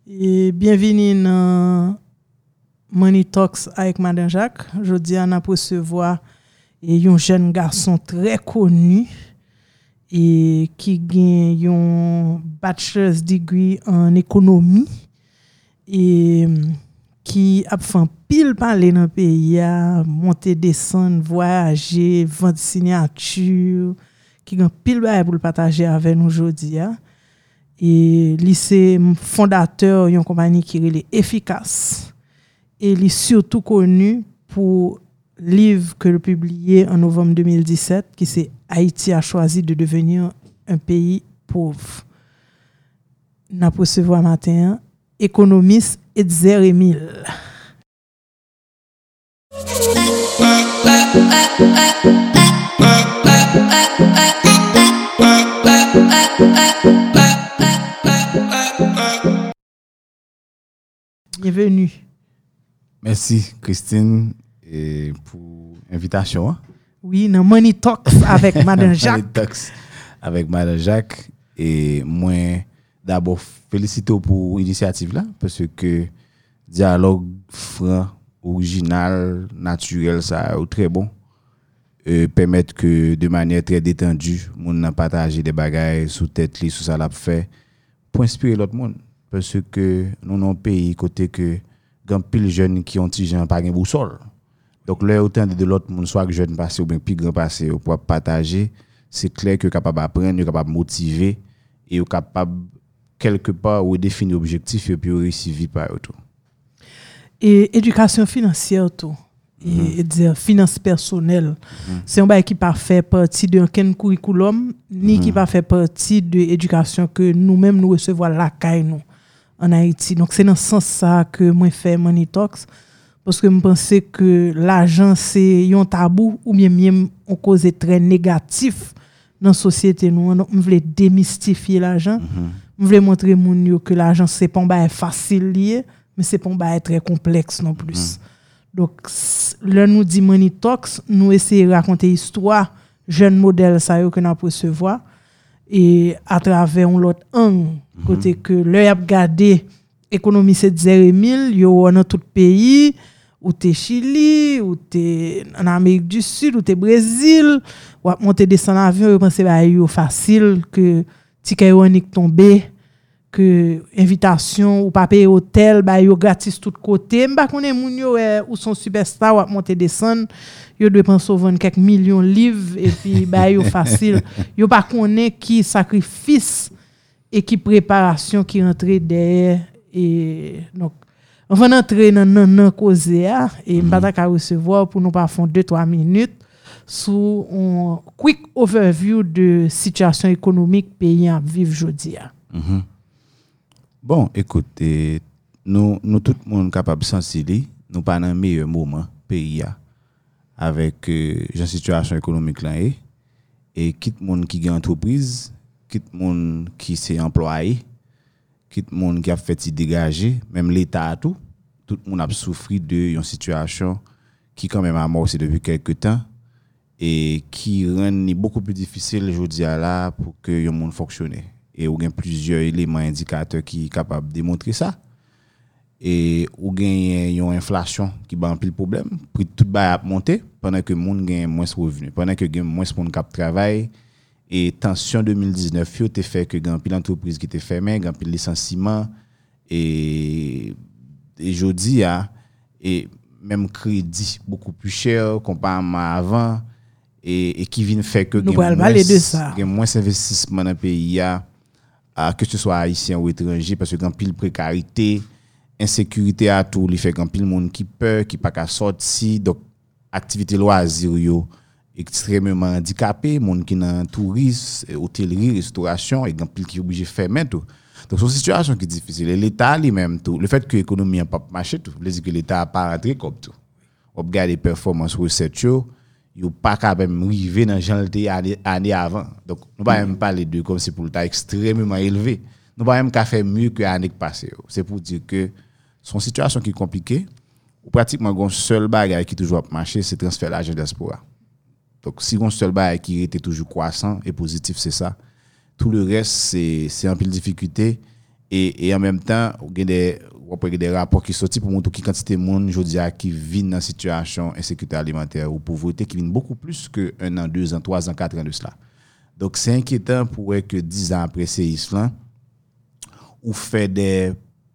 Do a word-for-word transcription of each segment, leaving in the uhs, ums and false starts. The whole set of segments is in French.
Et bienvenue dans Money Talks avec Madame Jacques. Aujourd'hui, on a recevoir un jeune garçon très connu et qui gagne un bachelor's degree en économie et qui a fait pile parler dans le pays, monter, descendre, voyager, vendre signature, qui a pile bail pour le partager avec nous aujourd'hui. Et lycée fondateur d'une compagnie qui est efficace. Et il est surtout connu pour le livre que le publié en novembre deux mille dix-sept qui c'est Haïti a choisi de devenir un pays pauvre. N'a recevoir matin économiste Edzer Emile. Bienvenue. Merci Christine et pour l'invitation. Oui, dans Money Talks avec Madame Jacques. Money Talks avec Madame Jacques et moi d'abord féliciter pour l'initiative là parce que dialogue franc, original, naturel ça est très bon. Euh, permettre que de manière très détendue, moun nan partager des bagages sous tête li sous ça l'a fait pour inspirer l'autre monde. Parce que nous avons un pays côté que grand pile jeunes qui ont ti gens pas gen boussole. Donc là autant de l'autre monde soit jeune passé ou bien plus grand passé pour partager, c'est clair que capable apprendre, capable motiver et capable quelque part ou définir objectif et puis réussir vie par tout. Et éducation financière tout. Et, et dire finance personnelle, mm-hmm. c'est un bail qui pas fait partie d'un curriculum ni mm-hmm. qui pas fait partie de l'éducation que nous-mêmes nous recevons la caille nous en Haïti. Donc c'est dans ce sens ça que moi fait Money Talks parce que je pense que l'argent c'est un tabou ou bien même on cause très négatif dans la société nous. Donc je voulais démystifier l'argent, je mm-hmm. voulais montrer moun yo que l'argent c'est pas un bail facile lié mais c'est pas un bail très complexe non plus. Mm-hmm. Donc, là, nous dit Money Talks, nous essayons de raconter l'histoire, jeune modèle, ça y est, que nous recevoir, et à travers un autre angle, mm-hmm. côté que l'œil a regardé l'économie, c'est zéro mille, yo dans tout pays, ou t'es Chili, ou t'es en Amérique du Sud, ou t'es Brésil, ou à monter descendre en avion, vous pensez que c'est facile, que ticket ironique tombe, que invitation ou pas payer hôtel bah yo gratis tout côté m'pa connait moun yo ou son superstar ou monter descendre yo doit penser vendre quelques millions de livres et puis bah yo facile yo pas connait qui sacrifice et qui préparation qui rentrer derrière et donc on va entrer dans dans causer et m'pa ta recevoir pour nous pas fond deux trois minutes sous un quick overview de situation économique pays à vivre aujourd'hui. Mm-hmm. Bon, écoutez, nous, nous tout le monde capable de sensibiliser, nous pas dans le meilleur moment pays avec euh, la situation économique là et quitte monde qui gagne entreprise, quitte monde qui s'est employé, quitte monde qui a fait dégager, même l'état tout, tout le monde a souffert de une situation qui quand même amorcé depuis quelques temps et qui rend beaucoup plus difficile aujourd'hui là pour que le monde fonctionne. Et ou gen plusieurs éléments indicateurs qui capable de démontrer ça et ou gen yon inflation qui ba pile problème prix tout ba a monter pendant que monde gen moins revenu pendant que gen moins monde cap travail et tension deux mille dix-neuf yo te fait que gen pile entreprise qui te fermé gen pile licenciement et et jodi a et même crédit beaucoup plus cher comparé à avant et et qui vient faire que gen moins gen moins investissement dans le pays a à que ce soit haïtien ou étranger parce que grand pile précarité insécurité à tout il fait grand pile monde qui peur qui pas qu'à sortir donc activité loisir yo extrêmement handicapé monde qui dans tourisme hôtellerie restauration et grand pile qui obligé fermer tout donc c'est une situation qui est difficile et l'état lui-même tout le fait que l'économie a pas marché tout veut dire que l'état a pas rentré comme tout on regarde les performances recettes yo yo pas capable arriver dans janté année avant donc nous pas même parler de comme c'est pour le temps extrêmement élevé nous pas même qu'à faire mieux que l'année passée c'est pour dire que son situation qui est compliquée ou pratiquement gon seul bagage qui toujours marcher c'est transfert l'argent diaspora donc si gon seul bagage qui était toujours croissant et positif c'est ça tout le reste c'est c'est en pile difficulté et, et en même temps, il y a des, des rapports qui sortent pour montrer qui quantité de monde aujourd'hui qui vit dans une situation d'insécurité alimentaire ou pauvreté qui vient beaucoup plus que un an, deux ans, trois ans, quatre ans de cela. Donc c'est inquiétant pour que dix ans après ces islam, ou fait des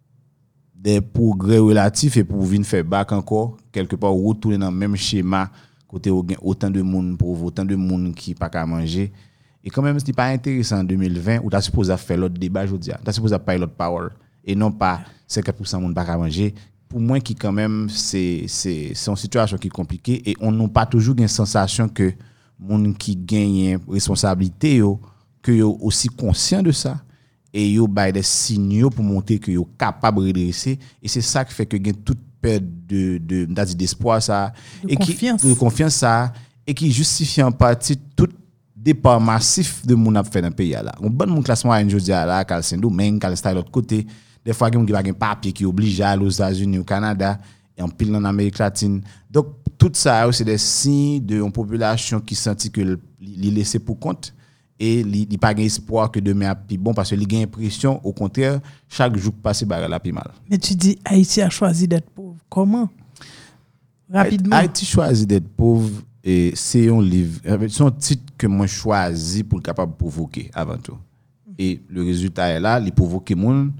des progrès relatifs et pour venir faire back encore quelque part retourner dans le même schéma côté autant de monde pauvre, autant de monde qui pas qu'à manger. Et quand même, ce n'est pas intéressant en deux mille vingt où tu as supposé faire l'autre débat aujourd'hui. Tu as supposé faire l'autre power et non pas cinquante pour cent de monde pas qu'à manger. Pour moi, qui quand même, c'est, c'est, c'est une situation qui est compliquée et on n'a pas toujours une sensation que les gens qui gagnent responsabilité, yo, que yo aussi conscient de ça et yo bail des signaux pour montrer que yo capable de redresser. Et c'est ça qui fait que y a toute perte de, de, de, d'espoir ça, de et confiance. Qui, de confiance ça et qui justifie en partie tout départ massif de moun ap fait dans pays là. On bon mon classement à jodi là, kal Saint-Domingue, kal style l'autre côté. Des fois gen un papier qui oblige à aller aux États-Unis ou Canada et en pile en Amérique latine. Donc tout ça c'est des signes de une population qui sentit que li laissé pour compte et li, li pas gain espoir que demain a plus bon parce que li gain impression au contraire chaque jour passé bagarre la plus mal. Mais tu dis Haïti a choisi d'être pauvre. Comment? Rapidement. Haïti choisi d'être pauvre. Et c'est un livre, c'est un titre que moi choisi pour être capable de provoquer avant tout. Et le résultat est là, il provoque les gens,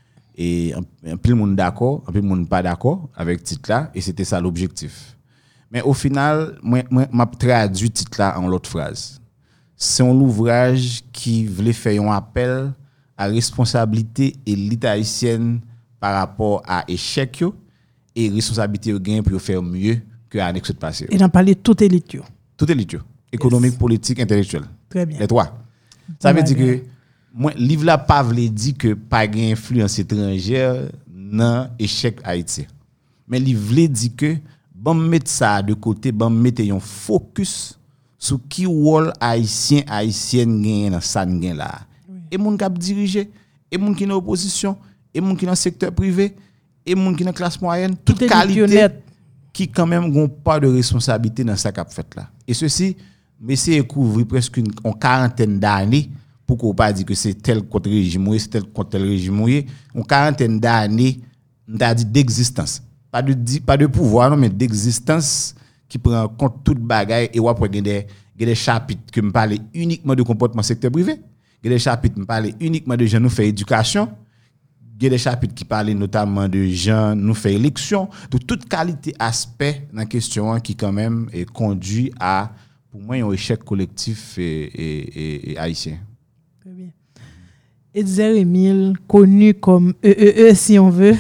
et un peu de monde d'accord, un peu de monde pas d'accord avec le titre là, et c'était ça l'objectif. Mais au final, moi, moi, m'a traduit le titre là en l'autre phrase. C'est un ouvrage qui voulait faire un appel à responsabilité et l'élite haïtienne par rapport à l'échec et responsabilité au gain pour faire mieux que l'année qui s'est passée. Et d'en parler tout élite. Tout élite. Économique, yes. Politique, intellectuel. Très bien. Les trois. Ça veut dire que moi livre là pas veut dire que pas gain influence étrangère dans l'échec Haïti. Mais livre veut dire que bon mettre ça de côté, bon mettre un focus sur qui rôle haïtien haïtienne gagne dans ça gagne là. Oui. Et moun qui diriger, et moun qui dans opposition, et moun qui dans secteur privé, et moun qui dans classe moyenne, toute tout qualité qui quand même n'ont pas de responsabilité dans ça qu'a fait là. Et ceci, mais c'est couvrir presque une, une quarantaine d'années pour qu'on pas dire que c'est tel contre régime ou c'est tel contre tel régime ou une quarantaine d'années d'existence. Pas de pas de pouvoir non mais d'existence qui prend en compte toute bagaille et après il y a des chapitres que me parler uniquement de comportement secteur privé, il y a des chapitres me parler uniquement de gens nous fait éducation. Il y a des chapitres qui parlent notamment de gens nous fait élection, de toute qualité aspect dans la question qui quand même est conduit à, pour moi, un échec collectif et, et, et, et haïtien. Très bien. Edzer Emile, connu comme E E E si on veut,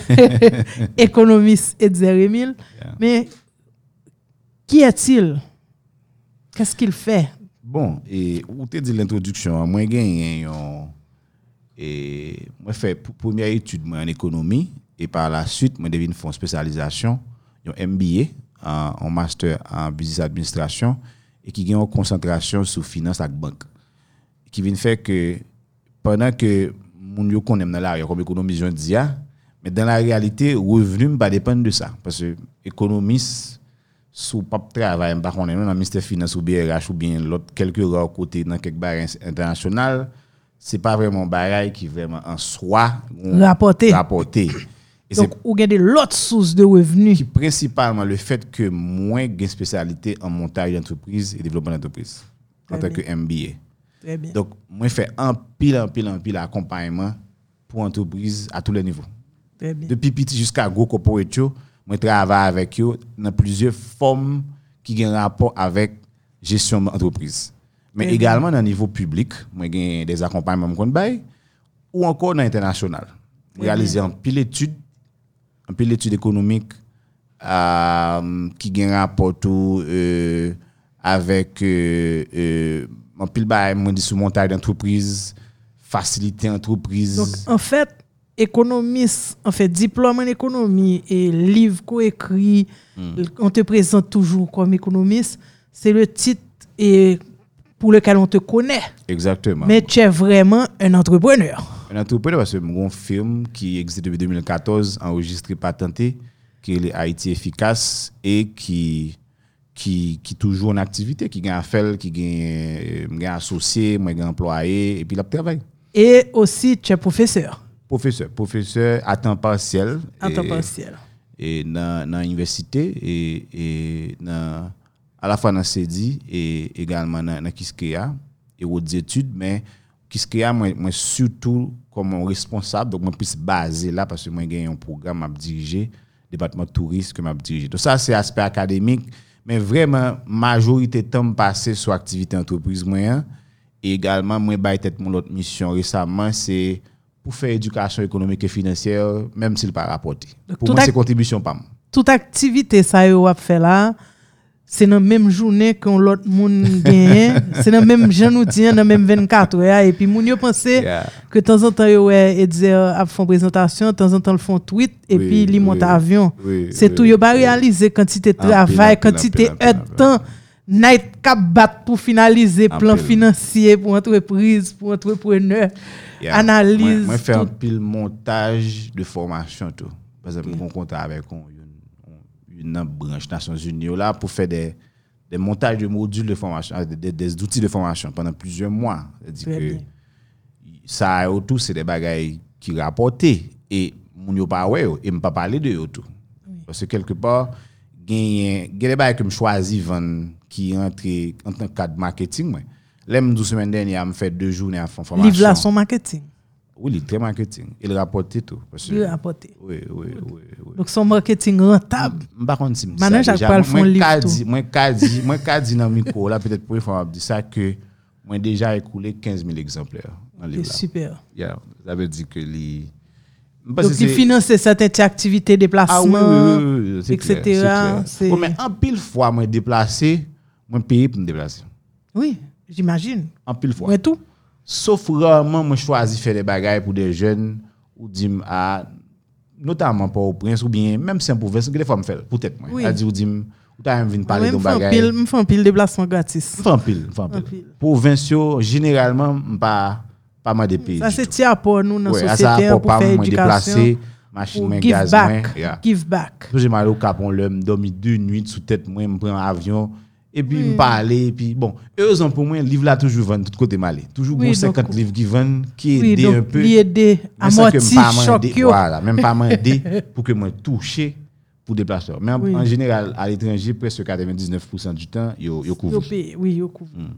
économiste Edzer Emile, yeah. Mais qui est-il? Qu'est-ce qu'il fait? Bon, et où tu dit l'introduction, moi, j'ai un et moi fait première étude moi en économie et par la suite moi devine faire une spécialisation un M B A en, en master en business administration et qui gagne en concentration sur finance et banque qui vient faire que pendant que moun yo connaît dans l'arrière comme économiste je dis mais dans la réalité revenu pas dépendre de ça parce que économiste sous pas travail pas connaît dans ministère finance ou B R H ou bien l'autre quelques rares côté dans quelques barres internationales c'est pas vraiment bagaille qui vraiment en soi rapporté rapporté et donc ou garder l'autre source de revenus qui principalement le fait que moins gain spécialité en montage d'entreprise et développement d'entreprise en tant que M B A. Très bien. Donc moi fait un pile en pile en pile accompagnement pour entreprise à tous les niveaux. Très bien. Depuis petit jusqu'à gros corporate moi travaille avec eux dans plusieurs formes qui ont rapport avec gestion d'entreprise. Mais et également dans le niveau public, moi j'ai des accompagnements qu'on bail ou encore dans l'international. Réaliser un pile d'études, un pile d'études économiques euh, qui ont rapport tout euh, avec euh, euh, un pile bail moi dit sur montage d'entreprise, faciliter entreprise. Donc en fait, économiste, en fait diplôme en économie et livre qu'on écrit, mm. on te présente toujours comme économiste, c'est le titre et pour lequel on te connaît. Exactement. Mais tu es vraiment un entrepreneur. Un entrepreneur, parce que mon film qui existe depuis deux mille quatorze, enregistré, patenté, qui est Haïti efficace et qui qui qui toujours en activité, qui gagne affaire, qui gagne gagne associé, moi gagne employé et puis là travail. Et aussi tu es professeur. professeur, professeur à temps partiel. À temps partiel. Et dans dans l'université et et dans à la fois dans C E D I et également dans dans Kiskeya et autres études, mais Kiskeya moi moi surtout comme responsable, donc moi plus basé là parce que moi j'ai un programme à diriger, département tourisme que m'a diriger. Donc ça c'est aspect académique, mais vraiment majorité temps passé sur activité entreprise moyen et également moi bail tête mon autre mission récemment c'est pour faire éducation économique et financière même s'il pas rapporté. Pour moi c'est contribution pas moi. Toute activité ça yo a fait là c'est dans même journée qu'on l'autre monde gagne, c'est dans même jour nous dit dans même vingt-quatre heures et puis moun yo penser yeah. que de temps en temps yo ouais et dire a font présentation, de temps en temps le font tweet et oui, puis li monte oui, avion. Oui, c'est oui, tout yo pas oui, réaliser quantité de travail, quantité de temps night cap bat pour finaliser plan financier pour entreprise, pour entrepreneur, yeah. analyse. Moi, moi faire un pile montage de formation tout. Par exemple, okay. on compte avec une, une branche Nations Unies là pour faire des des montages de modules de formation, des, des, des outils de formation pendant plusieurs mois. C'est-à-dire que ça autour c'est des bagailles qui rapportent et moun yo pas ouais et me pas parler de yo tout. Oui. Parce que quelque part gagne des bagailles que me choisi vendre qui entre en tant que cadre marketing moi. L'aime douze semaines dernière me fait deux journées à formation. Livre là son marketing. Oui, il est très marketing. Il rapporte tout parce que il rapporte. Oui, oui, oui, oui. Donc son marketing rentable. Par contre si maintenant Jacques pas le fond livre tout. Moi qu'a dit, moi qu'a dit dans micro là peut-être pour fois dire ça que moi déjà écoulé quinze mille exemplaires dans livre là. C'est super. Yeah, ça veut dire que les donc il finance certaines activités déplacement ah, oui, oui, oui, oui, et cetera. C'est bon, mais en pile fois moi déplacer, moi payer pour me déplacer. Oui, j'imagine. En pile fois. Mais tout. Sauf rarement moi choisi faire des bagages pour des jeunes ou dire à notamment pour au Prince ou bien même si pour des fois me faire peut-être moi. A dit ou dire ou t'as envie de parler de bagages. Me font pile déplacement gratis. Me font pile, me font pile. Provinciaux généralement pas pas mal de pays. Ça c'est tiers pour nous dans la société pour faire éducation. Machine give gaz back, yeah. give back. J'ai mal au cap on l'homme dormi deux nuits sous tête moi me prend avion et puis me parler et puis bon heureusement pour moi livre là toujours vendre tout côté malé toujours oui, cinquante livres qui vendent qui oui, aider un peu qui aider amortir choc voilà même pas m'aider pour que moi toucher pour déplacer mais oui. en, en général à l'étranger presque quatre-vingt-dix-neuf pour cent du temps yo yo couvre oui yo couvre mm.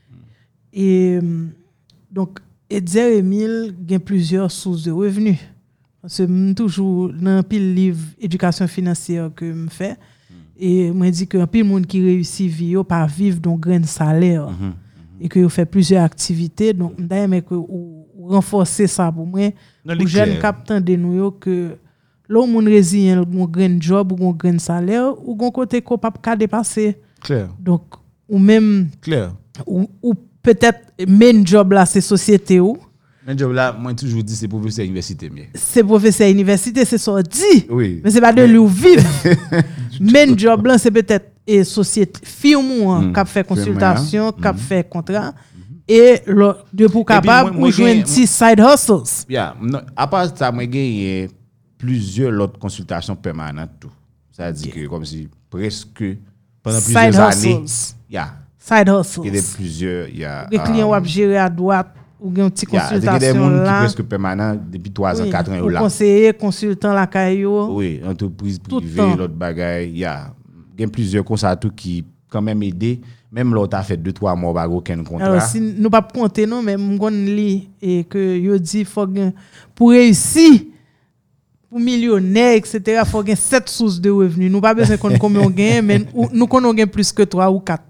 et donc Edzer Emile gagne plusieurs sources de revenus. Parce que toujours dans pile livre éducation financière que me fait mm. et moi dit que un pile monde qui réussit vie pas vivre dans grain salaire mm-hmm. mm-hmm. et que fait plusieurs activités donc d'ailleurs mais que ou, ou renforcer ça pour moi pour jeune captain de nous que l'on monde résilient un grain job ou un grain salaire ou un côté capable ka dépasser clair donc ou même clair ou, ou peut-être main job là c'est société ou main job là moi toujours dit c'est professeur université mieux c'est professeur université c'est ça dit oui mais c'est pas de lui vivre main job là c'est peut-être et société firme mm. qui fait consultation qui mm. fait contrat mm. et le de pour capable pour joindre petit side hustles yeah no, à part ça moi gagné plusieurs autres consultations permanentes tout ça veut dire okay. que comme si presque pendant side plusieurs hustles. années yeah side hustles. Il y a plusieurs, il y a les clients um, ou gérer à droite ou une petite consultation là. Il y a des gens qui presque permanent depuis trois ans, quatre ans là. Conseiller, consultant la caillou. Oui, entreprise privée, l'autre bagaille, il y a il y a plusieurs consultants qui quand même aidé, même l'autre a fait deux trois mois pas aucun contrat. Alors si nous pas compter non mais m'gon li et que yo dit faut pour réussir pour millionnaire et cetera faut gagner sept sources de revenus nous pas besoin qu'on combien on gagne mais nous qu'on gagne plus que trois ou quatre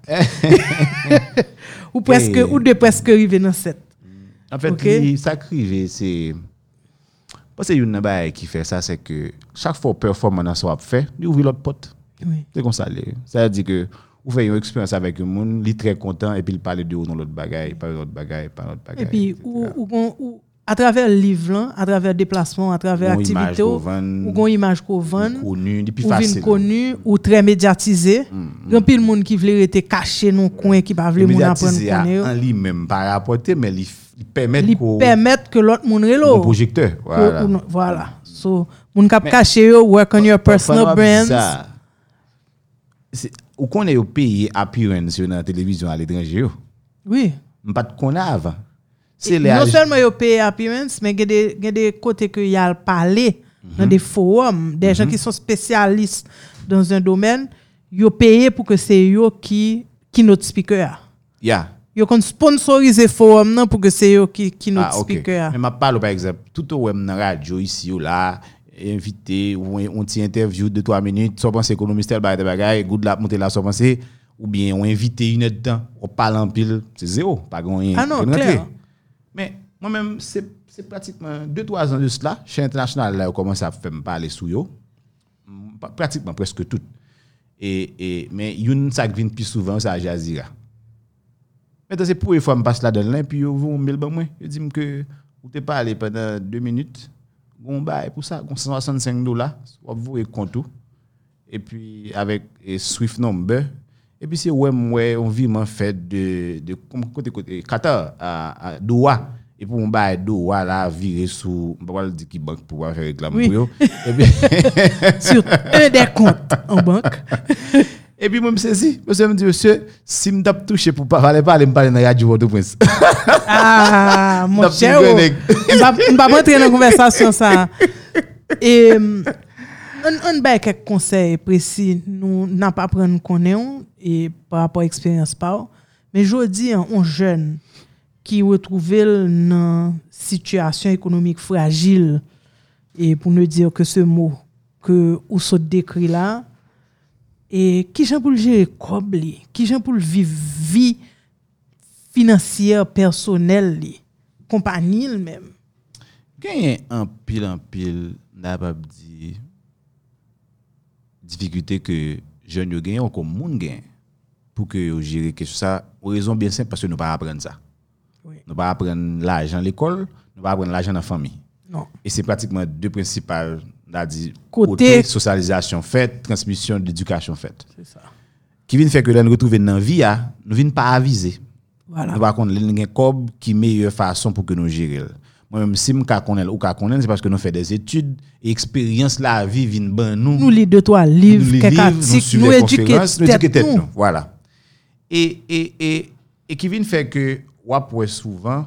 ou presque hey. ou de presque arriver dans sept en fait okay? Ça crive c'est parce que une bail qui fait ça c'est que chaque fois performance soit fait il ouvre l'autre porte oui. C'est comme ça ça veut dire que vous faites une expérience avec un monde il est très content et puis il parle de dans l'autre bagaille par l'autre bagaille par l'autre bagaille et puis ou, ou, ou à travers le livre, à travers déplacement, à travers activité, ou une image qu'on vend, ou une connue, ou très médiatisée. Il y a plein de monde qui veut être caché dans le coin, qui ne veut pas apprendre à connaître. En lui-même, pas rapporter, mais il permet que l'autre monde est là. Le projecteur. Voilà. Voilà. So, moun k'ap caché, work on your personal brands. Ou qu'on est au pays appearance sur la télévision à l'étranger. Oui. Pas de qu'on a avant. C'est non agi... seulement yo paye appearance, mais il y a des il y a des côtés que y a parlé mm-hmm. dans des forums, des mm-hmm. gens qui sont spécialistes dans un domaine, yo payé pour que c'est yo qui qui notre speaker. Yeah. Yo kon sponsoriser forum nan pour que c'est yo qui qui notre ah, okay. speaker. Mais m'a parle par exemple, tout au web dans radio ici ou là, invité ou on t'y interview de trois minutes, soit penser économiste tel bagay, good la monter là soit penser ou bien on invité une heure de temps, on parle en pile, c'est zéro, pas grand ah non, clair. Mais moi-même c'est c'est pratiquement deux trois ans de cela, chez international là, on commence à faire me parler sous yo. Pratiquement presque tout. Et et mais une ça qui vient plus souvent c'est à Jazira. Mais c'est pour une fois me passe là-dedans là puis vous me le moi, je dis que vous t'es parlé pendant deux minutes. Bon bail pour ça, cent soixante-cinq dollars, vous et compte tout. Et puis avec et Swift number et puis c'est ouais ouais on vit en fait de de côté côté Qatar à, à Doha et pour on bail Doha là virer sous on va dire qui banque pour faire réclame oui. pour yo et puis sur un des comptes en banque. Et puis moi me saisi, monsieur me dit monsieur, si me tape toucher pour parler parler me parler dans radio Port au Prince. Ah mon cher. On va on va rentrer dans conversation ça. Et on on ba quelques conseils précis nous n'a pas prendre connaître et par rapport à expérience pas. Mais je dis un jeune qui retrouvé dans situation économique fragile et pour ne dire que ce mot que ou se décrit là. Et qui j'en pour le gérer comme li, qui j'en pour le vivre vie financière personnelle li, compagnie même. Gagne un pile en pile n'a pas dit difficulté que jeunes yo gagne comme monde gagne pour que yo gérer que ça, raison bien simple parce que nous pas apprendre ça. Oui. Nous pas apprendre l'argent à l'école, nous pas apprendre l'argent dans la famille. Non. Et c'est pratiquement deux principales a dit côté socialisation faite, transmission d'éducation faite. C'est ça. Qui vient faire que là nous retrouver dans vie a, nous vinn pas aviser. Voilà. Nous pas connait l'un cob qui meilleure façon pour que nous gérer. Moi même si me ka connait ou ka connait c'est parce que nous fait des études et expérience la vie vinn ban nous. Nous lis deux trois livres, quelques articles, nous éduquer nous éduquer tête nous. Voilà. Et et et et qui vient faire que ou après souvent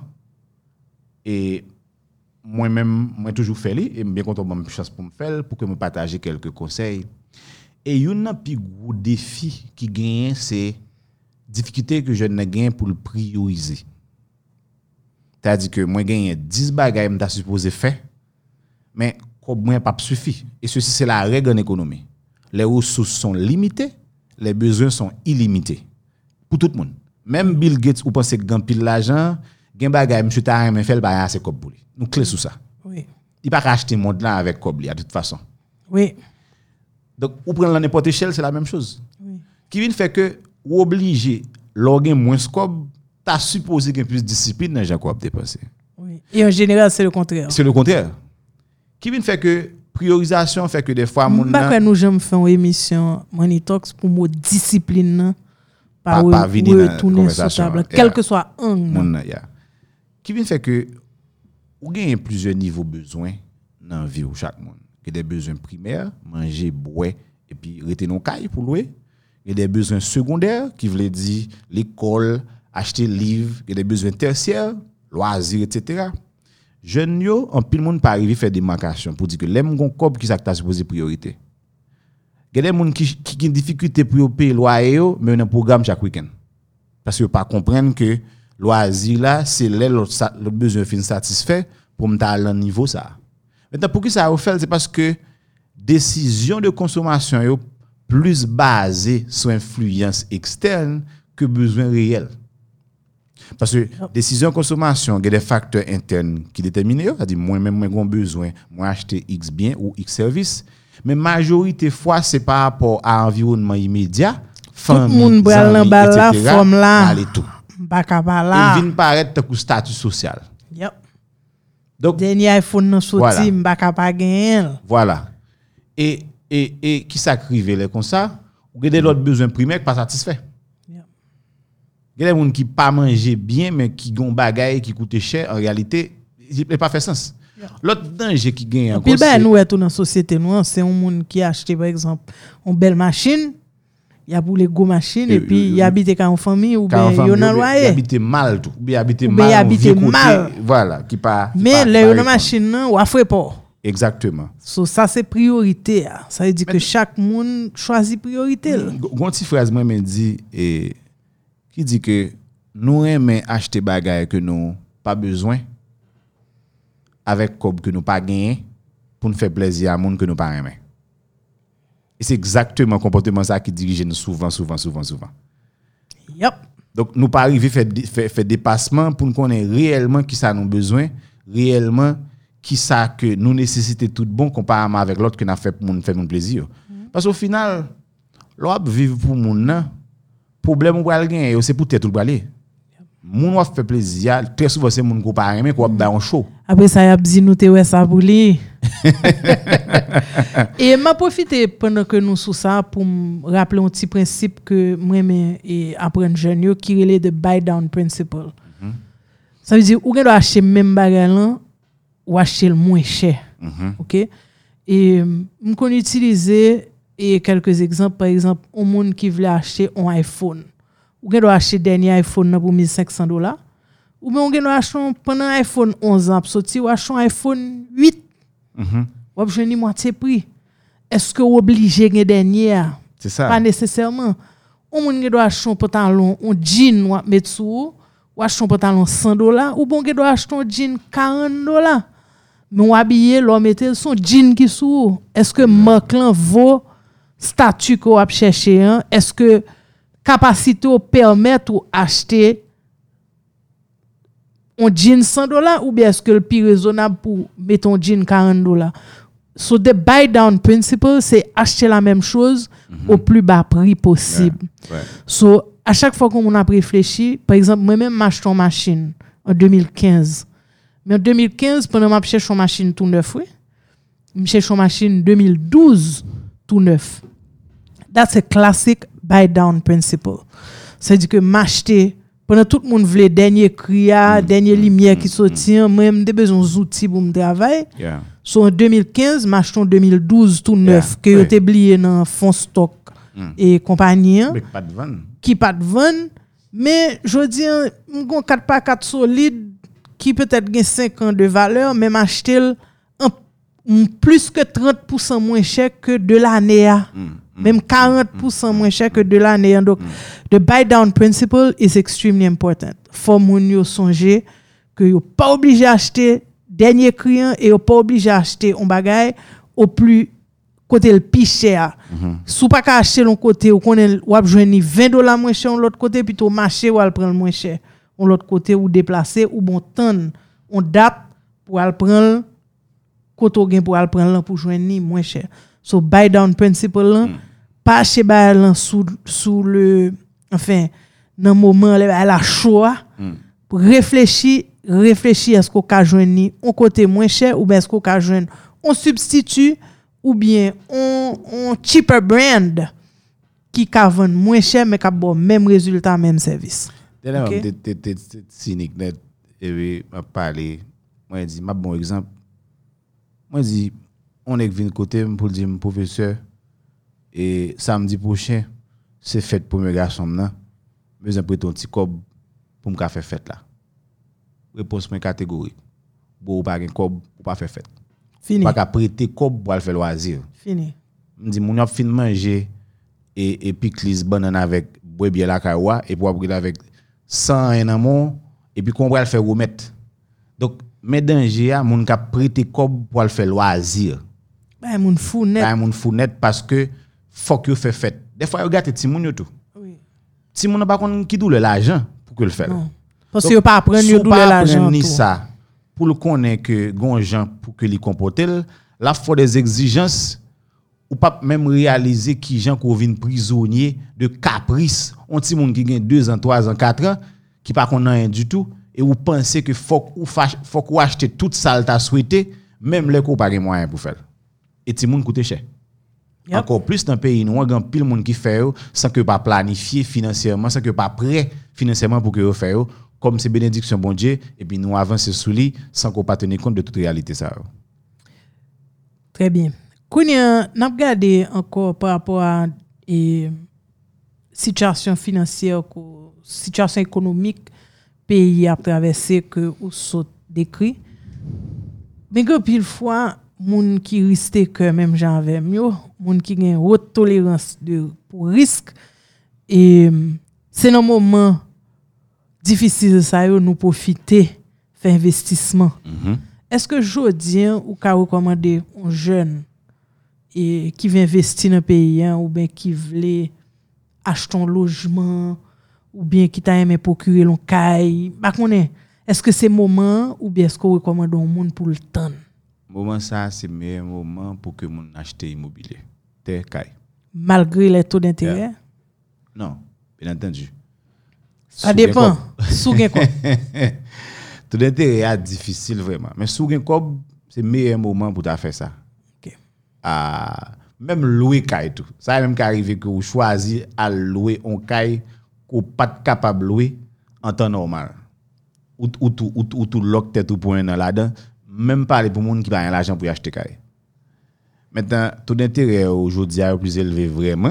et moi-même, moi toujours fait et bien content de chance pour me faire pour que me partager quelques conseils. Et une plus gros défi qui gagne c'est difficulté que je n'ai gagne pour le prioriser. C'est-à-dire que moi gagne dix bagages me t'a supposé faire mais comme moi pas suffit et ceci c'est la règle en économie. Les ressources sont limitées, les besoins sont illimités pour tout le monde. Même Bill Gates ou pense que gagne pile l'argent, gagne bagage monsieur t'a même fait ba assez comme pour lui. Nous clé sur ça. Oui. Il pas acheter monde là avec Kobli de toute façon. Oui. Donc ou prendre n'importe échelle c'est la même chose. Oui. Qui vient faire que ou obligé loguer moins scope, t'as supposé qu'il y ait plus de discipline dans Jacob dépenser. Oui. Et en général c'est le contraire. C'est le contraire. Qui vient faire que priorisation fait que des fois mon pas nous j'aime faire une émission Money Talks pour mot discipline pas pas retourner sur table quel que soit un. Qui vient faire que ou gagne plusieurs niveaux besoins dans la vie de chaque monde. Il y a des besoins primaires, manger, boire et puis rester dans caille pour louer. Il y a des besoins secondaires qui veulent dire l'école, acheter livres, il y a des besoins tertiaires, loisirs et cetera. Jeunes yo en pile monde pas arriver faire des marcations pour dire que l'aime gon cob qui ça t'a supposé priorité. Il y a des monde qui qui ont difficulté pour payer loyer mais on a un programme chaque week-end. Parce que pas comprendre que loisir là c'est le besoin fin satisfait pour me à niveau ça. Maintenant pour qui ça a fait c'est parce que décision de consommation yo plus basée sur influence externe que besoin réel. Parce que décision de consommation, il y a des facteurs internes qui déterminent, c'est-à-dire moi-même moi j'ai besoin, moi acheter X bien ou X service, mais majorité fois c'est par rapport à l'environnement immédiat, famille, tout le monde bral dans la forme là. tout. Bakabala. Il vient paraître comme statut social. Yep. Donc dernier iPhone non sorti, m'baka pas gagner. Voilà. Et et et qui s'acrive comme ça, ou des l'autre besoin primaire pas satisfait. Yep. Il y a des gens qui pas manger bien mais qui gon bagaille qui coûte cher en réalité, il pas fait sens. Yep. L'autre danger qui gagne encore c'est nous est tout dans société nous, c'est un monde qui achète par exemple une belle machine il y a pour les gros machines et puis il habite en famille ou bien il dans loyer. Il habite mal tout, ou bien habite mal, habite mal. Voilà, qui pas mais les machines non ou fait pas. Exactement. So ça c'est priorité. Ça veut dire que chaque monde choisit priorité. Gon petit phrase moi me dit et qui dit que nous aimons acheter bagaille que nous pas besoin avec comme que nous pas gagner pour nous faire plaisir à monde que nous pas aimer. Et c'est exactement le comportement ça qui dirige nous souvent souvent souvent souvent. Yep. Donc nous pas arriver faire faire faire dépassement pour nous connaître réellement qui ça nous besoin, réellement qui ça que nous nécessiter tout bon comparément avec l'autre que n'a fait pour nous faire mon plaisir. Mm-hmm. Parce qu'au final, l'on vivre pour mon nan, problème ou pas gagner, c'est pour tout aller. Moun wa fait plaisir, très souvent c'est moun ko pa aimer ko ba en show. Après ça y a dit nous te ouais ça pour lui. Et m'a profité pendant que nous sous ça pour me rappeler un petit principe que moi mais et apprendre jeune qui relève de buy down principle. Mm-hmm. Ça veut dire ou doit acheter même bagage là ou acheter le moins cher. Mm-hmm. OK? Et me connais utiliser et quelques exemples par exemple un monde qui veut acheter un iPhone. Ou gen doit acheter dernier iPhone pour mille cinq cents dollars ou bien on gen doit acheter pendant iPhone onze ans sorti ou acheter un iPhone huit. Mhm. Ou besoin ni moitié prix. Est-ce que obligé gen dernier? C'est ça. Pas nécessairement. On moun gen doit acheter un pantalon, un jean ou mettre sous ou acheter un pantalon cent dollars ou bon gen doit acheter un jean quarante dollars. Mais on habiller l'homme mettre son jean qui sous. Est-ce que marque là vaut statut qu'on a chercher hein? Est-ce que capacité au permettre ou acheter un jean cent dollars ou bien est-ce que le plus raisonnable pour mettre un jean quarante dollars. So the buy down principle c'est acheter la même chose mm-hmm. au plus bas prix possible. Yeah. Ouais. So à chaque fois qu'on a réfléchi, par exemple moi-même m'achète une machine en deux mille quinze. Mais en deux mille quinze pendant m'a chercher une machine tout neuf oui. Me cherche une machine deux mille douze tout neuf. That's a classic buy down principle. C'est-à-dire que m'acheter pendant tout le monde voulait dernier cri mm. dernière lumière mm. qui sortit mm. moi j'ai besoin d'outils pour me travailler. Yeah. So en deux mille quinze m'acheter en deux mille douze tout neuf yeah. que yo t'ai oublié dans fond stock mm. et compagnie mais pas de vente qui pas de vente mais je dis un quatre par quatre solide qui peut-être gagne cinq ans de valeur mais m'acheter un plus que trente pour cent moins cher que de l'année mm. même quarante pour cent moins cher que de l'année. Donc, the buy down principle is extremely important. Faut moun yo songer que yo pas obligé acheter dernier client et yo pas obligé acheter un bagage au plus côté le plus cher. Mm-hmm. Sou pas ka acheter l'un côté ou connait ou a joindre vingt dollars moins cher l'autre côté plutôt marché ou al prendre moins cher. On l'autre côté ou déplacer ou bon temps on date pour al prendre côté gain pour al prendre pour joindre moins cher. So buy down principle là, mm. pas acheter bail là sous sous le enfin dans moment là la choix mm. pour réfléchir réfléchir est-ce qu'on ka joindre un côté moins cher ou bien est-ce qu'on ka joindre on substitut ou bien on on cheaper brand qui ka vendre moins cher mais ka bon même résultat même service. D'ailleurs okay? t'es t'es cynique net et m'a parlé moi dit m'a bon exemple moi dit on est venu côté pour dire professeur et samedi prochain c'est fête pour mes garçons là besoin prêter un petit cob pour me faire fête là réponse moi catégorique bon pas un cob pour pas faire fête fini pas prêter cob pour faire loisir fini me dit mon a fin manger et et pickles banane avec bois bien la caoua et pour brûler avec cent en amont et puis qu'on va faire remettre donc mais danger a mon ka prêter cob pour faire loisir. Bah moun fou net. Bah moun fou net parce que faut que fait fête. Des fois yo gâte ti moun yo tout. Oui. Ti moun pas kon qui doule l'argent pour que le faire. Non. Parce que yo pas apprendre yo doule l'argent ni ça pour le connaître que gon gens pour que li comporter là faut des exigences ou pas même réaliser qui gens ko vinn prisonnier de caprice. On ti moun qui gagne deux ans, trois ans, quatre ans qui pas kon rien du tout et ou pensez que faut ou faut ou acheter toute ça t'a souhaité même les ko pas gen moyen pour faire. Et ti moun coûte cher. Yep. Encore plus dans pays nous on grand pile monde qui fait sans que pas planifier financièrement, sans que pas prêt financièrement pour que faire comme c'est bénédiction bon Dieu et puis nous avancer sous lui sans qu'on pas tenir compte de toute réalité ça. Très bien. Kounya n'a regardé encore par rapport à et situation financière, ko, situation économique pays a traversé que ou saute décrit. Mais que pile fois moun qui risque que même j'en avec mieux, moun qui gagne haute tolérance de pour risque et c'est un moment difficile ça yo nous profiter faire investissement. Mm-hmm. Est-ce que jodi ou ka recommander un jeune et qui veut investir dans le pays hein, ou bien qui veut acheter un logement ou bien qui t'a aimé procurer un caille, ba connait est-ce que c'est moment ou bien est-ce qu'on recommande un monde pour le temps? Moment ça c'est meilleur moment pour que moun achete immobilier. Terre caille. Malgré les taux d'intérêt? Yeah. Non, bien entendu. Ça sous dépend. Sous gen quoi? Taux d'intérêt est difficile vraiment, mais sous gen quoi c'est meilleur moment pour ta faire ça. OK. Ah, même louer caille tout. Ça même qu'arriver que vous choisi à louer un caille qu'on pas capable louer en temps normal. Ou ou tout ou ou tout lock tête ou point dans là-dedans, même pas pour monde qui pas l'argent pour acheter caille. Maintenant, taux d'intérêt aujourd'hui est plus élevé vraiment.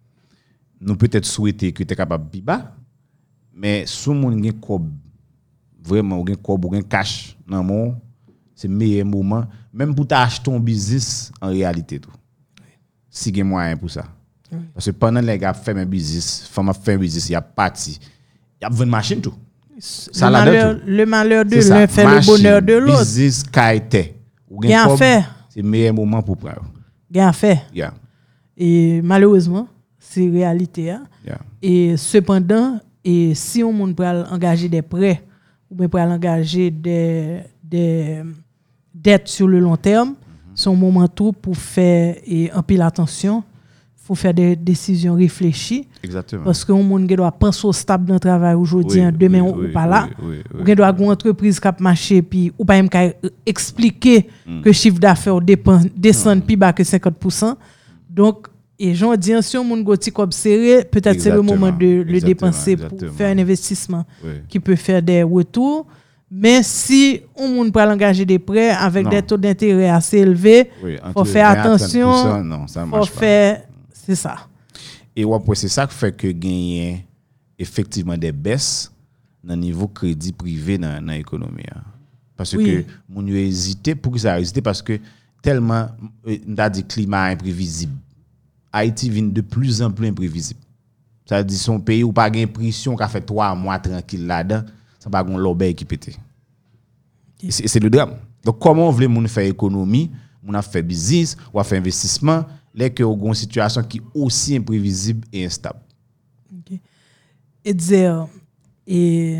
Nous peut-être souhaiter que tu es capable de bas, mais si moun gen kob vraiment ou gen kob ou gen cash dans mon c'est meilleur moment même pour t'acheter ton business en réalité tout. Si gen moyen pour ça. Oui. Parce que pendant les gars fait un business, femme fait un business, il y a parti. Il y a vendre machine tout. Ça le, malheur, le malheur de l'un fait machine, le bonheur de l'autre. Business qualité. Ou gen kob. C'est meilleur moment pour prendre. Gain fait. Yeah. Et malheureusement, c'est réalité hein. Yeah. Et cependant et si on monde pour engager des prêts ou bien pour engager des des dettes sur le long terme, mm-hmm. c'est un moment tout pour faire et en pile attention, faut faire des décisions réfléchies. Exactement. Parce que on monde doit penser au stable dans travail aujourd'hui, oui, demain oui, on oui, pas là. Oui, oui, oui, ou doit avoir une entreprise qui a marché puis ou pas même expliquer mm. que chiffre d'affaires dépense descend plus bas que cinquante pour cent. Donc et j'en dis si on monde goti comme serré, peut-être c'est le moment de le dépenser exactement. Pour faire un investissement oui. Qui peut faire des retours. Mais si on monde pour engager des prêts avec non. Des taux d'intérêt assez élevés, oui, faut faire attention. Non, ça marche faut pas. Faire c'est ça. Et ouais, c'est ça qui fait que gagner effectivement des baisses dans le niveau crédit privé dans l'économie. Parce oui. Que mon yo hésité pour que ça hésité parce que tellement on dit climat imprévisible. Haïti vient de plus en plus imprévisible. Ça dit son pays ou pas gain pression qu'a fait trois mois tranquille là-dedans, ça pas gon l'obé qui pété. Okay. C'est, c'est le drame. Donc comment on veut moun faire économie, moun a fait business ou a fait investissement, là que on une situation qui aussi imprévisible et instable. OK. Et dire et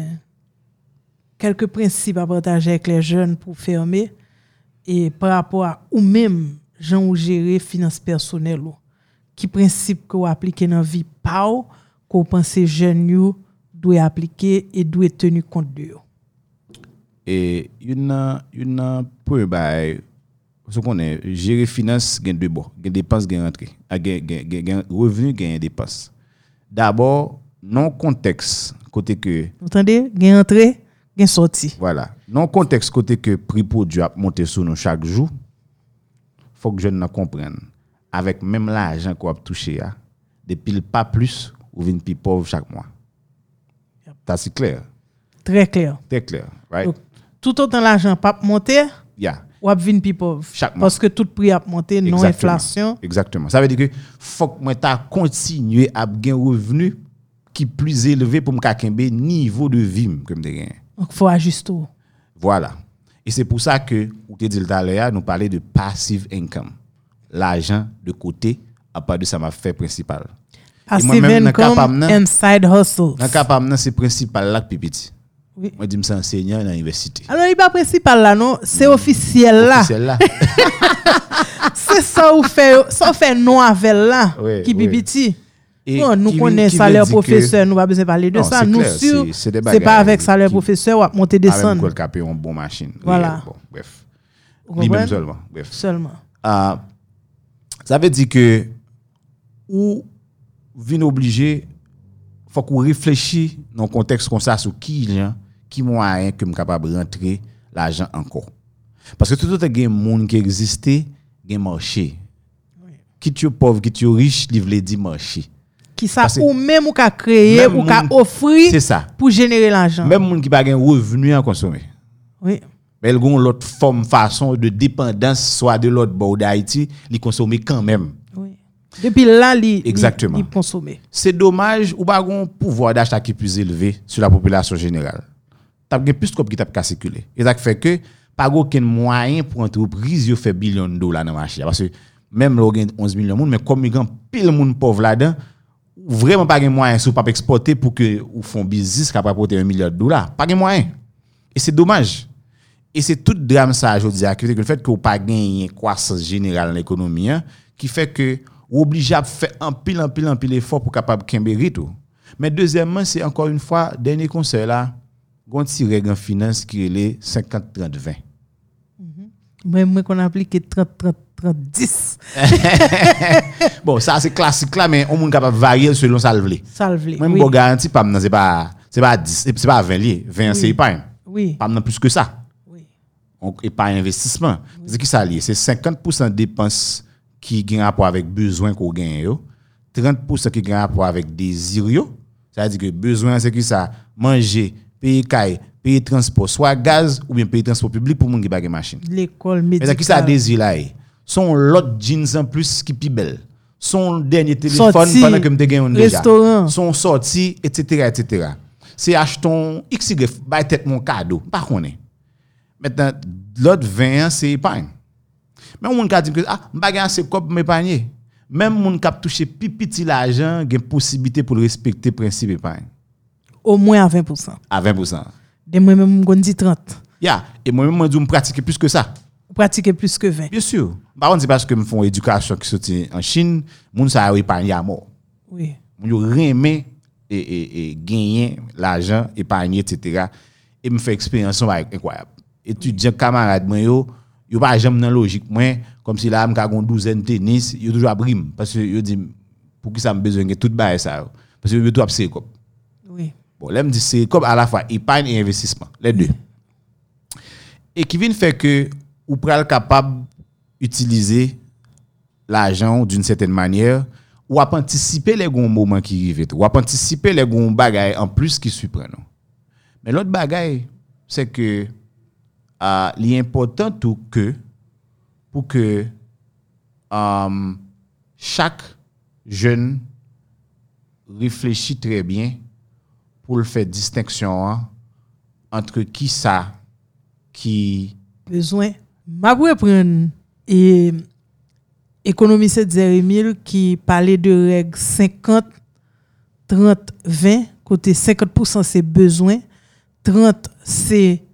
quelques principes à partager avec les jeunes pour fermer et par rapport à ou même gens ou gérer finances personnelles ou qui principe que vous appliquez dans vie pa ou qu'on pense jeunes yo doit appliquer et doit tenir compte de yo. Et une une pour bail ce qu'on est gérer finance gain deux bords, gain dépenses gain entrée, gain gain revenu gain dépenses. D'abord non contexte côté que vous entendez gain entrée gain sortie. Voilà, non contexte côté que prix produit a monter sur nous chaque jour. Faut que jeunes comprennent avec même l'argent qu'on a touché a depuis pas plus ou vinn plus pauvre chaque mois. Yep. Ça c'est clair. Très clair. Très clair, right? Donc, tout autant l'argent pas monter, yeah. Ou a vinn plus pauvre chaque mois. Parce que tout prix a monté, non inflation. Exactement. Ça veut dire que faut que moi ta continuer à gagner revenu qui plus élevé pour me kakembe niveau de vie comme de gain. Donc faut ajuster. Voilà. Et c'est pour ça que ou te dit tout à l'heure nous parler de passive income. L'argent de côté à part de ça m'a fait principal. Passive income and side hustles. Dans capable c'est principal là petit. Oui. Moi dis me c'est enseignant dans l'université. Alors il pas principal là non, c'est mmh. officiel là. Officiel là. C'est ça ou fait ça fait non avec là oui, qui petit. Oui. Bon, nous connaissons salaire professeur, nous pas besoin parler de non, ça, nous clair, sûr. C'est, c'est, c'est pas avec salaire qui, professeur ou monter descendre. Avec quoi payer une bonne machine. Voilà. Oui, bon, bref. Lui-même seulement, bref. Seulement. Uh, ça veut dire que ou vient obligé faut qu'on réfléchisse dans un contexte comme ça sur qui gens qui moyen que me capable rentrer l'argent encore. Parce que tout autre gain monde qui existait, gain marché. Oui. Qui tu pauvre, qui tu riche, livre dit marché. qui ça ou même ou qu'a créé ou qu'a offrir c'est ça pour générer l'argent. Même moun qui pas gain revenu à consommer. Oui. Mais ils ont l'autre forme façon de dépendance soit de l'autre bord d'Haïti, ils consommer quand même. Oui. Depuis là li exactement. Ils consommer. C'est dommage ou pas un pouvoir d'achat qui est plus élevé sur la population générale. T'as plus de qui t'a circuler. Et ça fait que pas aucun moyen pour entreprise yo fait billion de dollars dans marché parce que même là gagne onze millions de monde mais comme il y a pile monde pauvre là-dedans vraiment pas de moyen sur pas exporter pour que ou font business capable apporter un milliard de dollars pas de moyen et c'est dommage et c'est tout drame ça je dis que le fait que ou pas gagner croissance générale dans l'économie hein, qui fait que ou obligé à faire un pile un pile un pile effort pour capable kembery tout mais deuxièmement c'est encore une fois dernier conseil là gon ti règle en finance qui est les cinquante trente vingt. Moi moi qu'on applique trente trente trente dix. Bon, ça c'est classique là mais on monde capable varier selon ça le vle. Ça le vle. Même bon garantie pas c'est pas c'est pas dix, c'est pas vingt lié, vingt oui. C'est épargne. Oui. Pas plus que ça. Oui. On épargne investissement. Oui. C'est qui ça lié, c'est cinquante pour cent dépenses qui gagne rapport avec besoin qu'on gagne yo, trente pour cent qui gagne rapport avec désir yo. C'est-à-dire que besoin c'est qui ça manger payer caille, payer transport, soit gaz ou bien payer transport public pour moun qui pas de machine. L'école médicale. Mais qui ça désir là son l'autre jeans en plus qui pi belle. Son dernier téléphone sorti, pendant que me te gagne déjà. Restaurant. Son sorti et cetera et cetera. C'est acheton X Y bay tête mon cadeau, pas connait. Maintenant l'autre vingt c'est épargne. Mais moun ka dit que ah m'pa gagne assez comme m'épargner. Même moun qui toucher pi petit l'argent, gagne possibilité pour respecter principe épargne. Au moins à vingt pour cent. À vingt pour cent. De moi même on dit trente. Yeah, et moi même moi je pratiquer plus que ça. Pratiquer plus que vingt. Bien sûr. Par contre c'est parce que me font éducation qui sorti en Chine, moun ça a épargné à mort. Oui. Moun yo remet et et et gagner l'argent épargné et cetera. Et me fait expérience incroyable. Étudiant camarade moi yo, yo pas jamais dans logique moi comme si là me ka gon douzaine tennis, yo toujours à brime parce que yo dit pour qui ça me besoin de tout bail ça parce que yo tout c'est comme. Oui. Bon, là me dit c'est comme à la fois épargne et investissement, les deux. Et qui vient faire que ou pral capable utiliser l'argent d'une certaine manière ou à anticiper les gros moments qui arrivent ou à anticiper les gros bagages en plus qui surprennent. Mais l'autre bagage c'est que euh, l'important tout que pour que euh, chaque jeune réfléchit très bien pour le faire distinction hein, entre qui ça qui besoin m'a prendre et économiste Zérémil qui parlait de règle cinquante trente vingt côté cinquante pour cent c'est besoin, trente c'est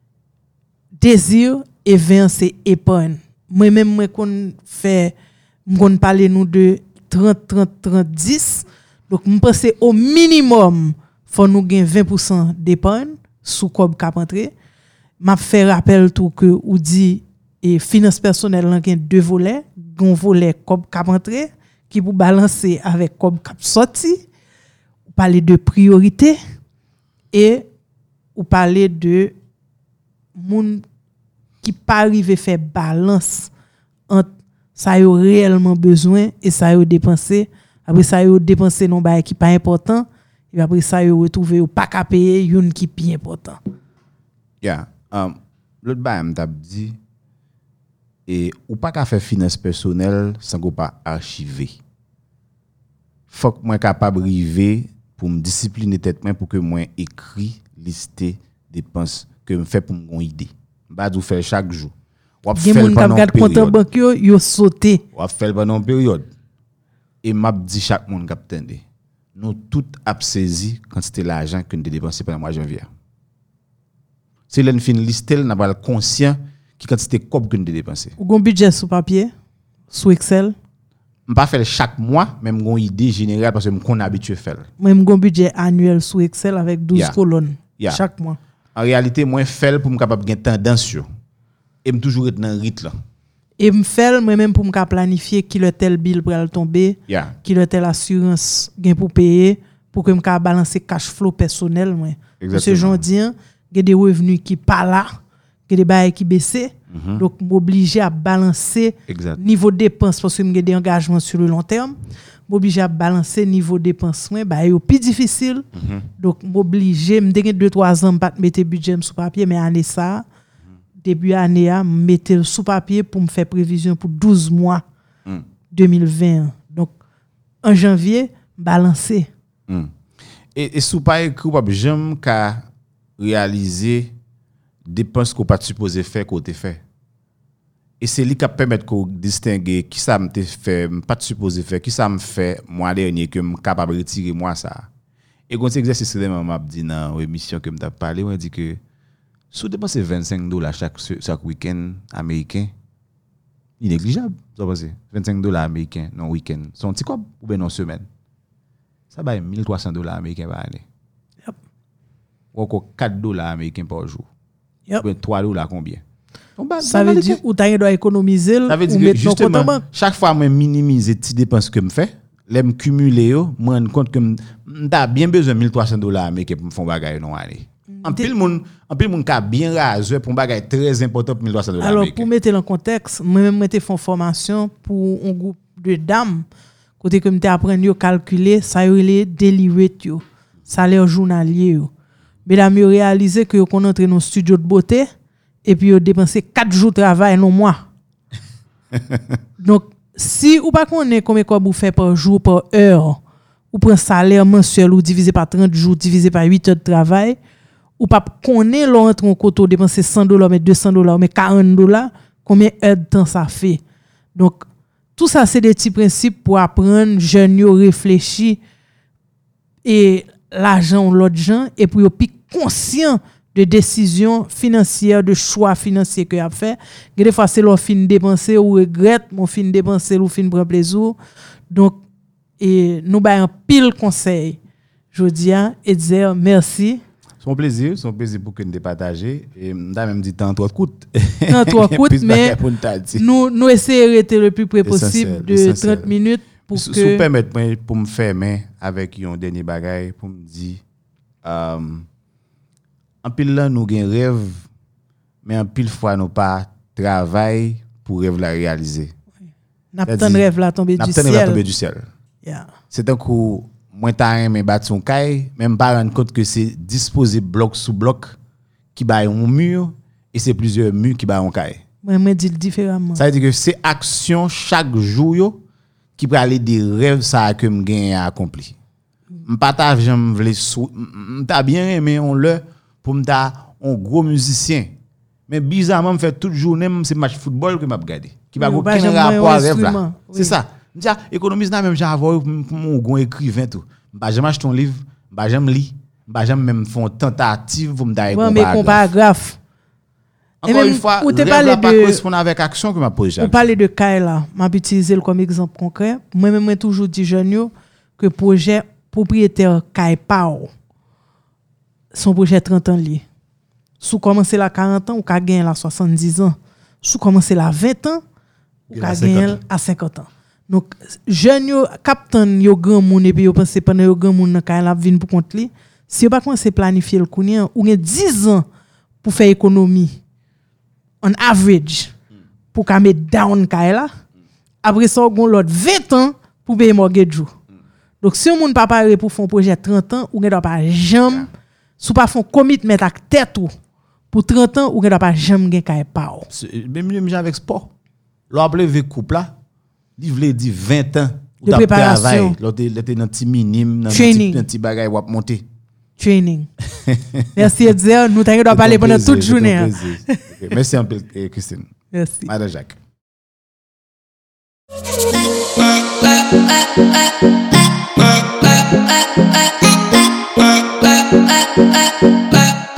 désir et vingt c'est épargne. Moi même moi qu'on fait qu'on parler nous de trente trente trente dix donc me penser au minimum faut nous gagner vingt pour cent d'épargne sous cob cap entrer. M'a fait rappel tout que ou dit et finance personnelle là gagne deux volets, gon volet cob cap entrer qui pour balancer avec cob cap sorti. Ou parler de priorité et ou parler de moun qui pas arriver faire balance entre ça yo réellement besoin et ça yo dépenser, après ça yo dépenser non ba qui pas important. Et après ça, ils retrouvé ou pas qu'à payer une qui est important. Yeah. Um, l'autre bail m't'a dit et ou pas qu'à faire finance personnelle sans qu'on pas archiver. Faut que moi capable river pour me discipliner tête moi pour que moi écrit lister dépenses que me fait pour mon idée. Ba dou faire chaque jour. Ou faire pendant une période. Compte bancaire yo sauté. Ou faire pendant une période. Et m'a dit chaque monde capitaine nous tout a saisi quand c'était l'argent que nous dépensé pendant le mois de janvier. C'est l'en fin listel n'a pas conscient qui quantité cob que nous dépensé. Ou gon budget sur papier, sur Excel. On pas faire chaque mois, même gon idée générale parce que me connais habitué faire. Même gon budget annuel sur Excel avec douze yeah. colonnes yeah. chaque mois. En réalité, moi faire pour me capable gain tendance yo. Et me toujours être dans rythme là. Et me faire moi même pour me planifier qui le tel bill pour tomber, yeah. qui le tel assurance gain pour payer pour que me ka balancer cash flow personnel moi. Parce que j'en dis, il y a des revenus qui pas là, il y a des bails qui baissent. Mm-hmm. Donc m'obliger à balancer exact. Niveau dépenses parce que me des engagements sur le long terme m'oblige à balancer niveau dépenses moins bah yo plus difficile. Mhm. Donc m'oblige me dégager deux trois ans pas mettre budget sur papier mais année ça début année a mettre sous papier pour me faire prévision pour douze mois Mm. deux mille vingt. Donc en janvier balancer. Mm. Et, et sous pas écrit pas jamais qu'à réaliser dépenses qu'on pas supposé faire côté fait. Et c'est lui qui permet qu'on distinguer qui ça me fait pas supposé faire, qui ça me fait moi dernier que me capable retirer moi ça. Et quand cet exercice là m'a dit dans l'émission que me t'a parlé, on dit que sous dépenser vingt-cinq dollars chaque chaque week-end américain inégligeable, ça passe vingt-cinq dollars américains non week-end. Son petit quoi ou bien non semaine. Ça va mille trois cents dollars américains par année. Yep. Ou encore quatre dollars américains par jour. Yep. Ou bien trois dollars combien? Ça veut dire ou tu dois économiser ça veut ou dire mettre que dans compte en justement banque. chaque fois moi minimiser les dépenses que me fait, les me cumuler yo, me rendre compte que m'ta bien besoin mille trois cents dollars américains pour me faire bagaille non année. En pile monde en pile monde ka bien rasé pour bagaille très important pour mille trois cents dollars Alors américains. pour mettre en contexte, moi même m'étais fait formation pour un groupe de dames côté que m'étais apprendre yo calculer ça yo les daily rate yo, salaire journalier yo. Mesdames yo réaliser que yo qu'on entre dans studio de beauté et puis yo dépenser quatre jours de travail non mois. Donc si ou pas connaît combien quoi vous fait par jour par heure ou prend salaire mensuel ou divisé par trente jours divisé par huit heures de travail ou pas connaît l'entre en côté dépenser cent dollars mais deux cents dollars mais quarante dollars combien heures de temps ça fait. Donc tout ça c'est des petits principes pour apprendre jeunes yo réfléchir et l'argent ou l'autre gens et pour yo plus conscient de décisions financières, de choix financiers que a fait. Des fois c'est leur fin dépenser ou regrette mon fin dépenser ou fin prendre plaisir. Donc et nous ba un pile conseil. Je dis et dire merci. Son plaisir, son plaisir pour que nous partager et m'ta même dit tant trop coûte. Tant trop coûte mais nous nous essayer rester le plus près possible de trente minutes pour que si vous permettez pour me fermer avec un dernier bagage pour me dire euh, en pile là nous gain rêve mais en pile fois nous pas travail pour rêve la réaliser. N'a pas de rêve là tomber du ciel. N'a pas tomber du ciel. Yeah. C'est un coup moi ta aimé battre son caille même pas rendre compte que c'est disposé bloc sous bloc qui ba un mur et c'est plusieurs murs qui ba un caille. Moi moi dit différemment. Ça veut dire que c'est action chaque jour yo qui peut aller des rêves ça que me gagne à accomplir. M'partage j'aime vle m'ta bien aimé on le pour m'ta un gros musicien. Mais bizarrement me fait toute journée c'est match football que m'a regarder. Qui pas aucun rapport avec là. C'est ça. M'dia économiste na même j'ai avoir mon gros écrivain tout. M'pa jamais acheter un livre, m'pa jamais lire, m'pa jamais même faire une tentative pour m'ta écrire. Mais qu'on paragraphe. Encore une fois, ou te parler de pas correspondre avec action que m'a posé. On parler de Kay là, m'a utiliser comme exemple concret. Moi même toujours dit jeune yo que projet propriétaire Kay Pao son projet trente ans li. Sous commencer la quarante ans ou ka gagner la soixante-dix ans. Sous commencer la vingt ans ou ka gagner à cinquante ans. Donc jeune yo captain yo grand monde et puis yo penser pendant yo grand monde nan Kay la vinn pour compte li. Si yo pas commencer planifier le kounien ou gen dix ans pour faire économie on average pour ka mettre down Kay la. Après ça on l'autre vingt ans pour payer mortgage. Donc si on moun pas paré pour faire un projet trente ans ou gen doit pas jamais sous pas font commitment avec tête ou pour trente ans ou gen doit pas jamais gen Kay Pao. Même mieux avec sport. L'oblet avec couple là, il veut dire vingt ans de préparation. L'autre était dans petit minime, dans petit petit bagage ou monter. Training. Merci Edzer, nous t'avons doit parler pendant toute journée. Okay. Merci un peu Christine. Merci. Madame Jacques. Bye.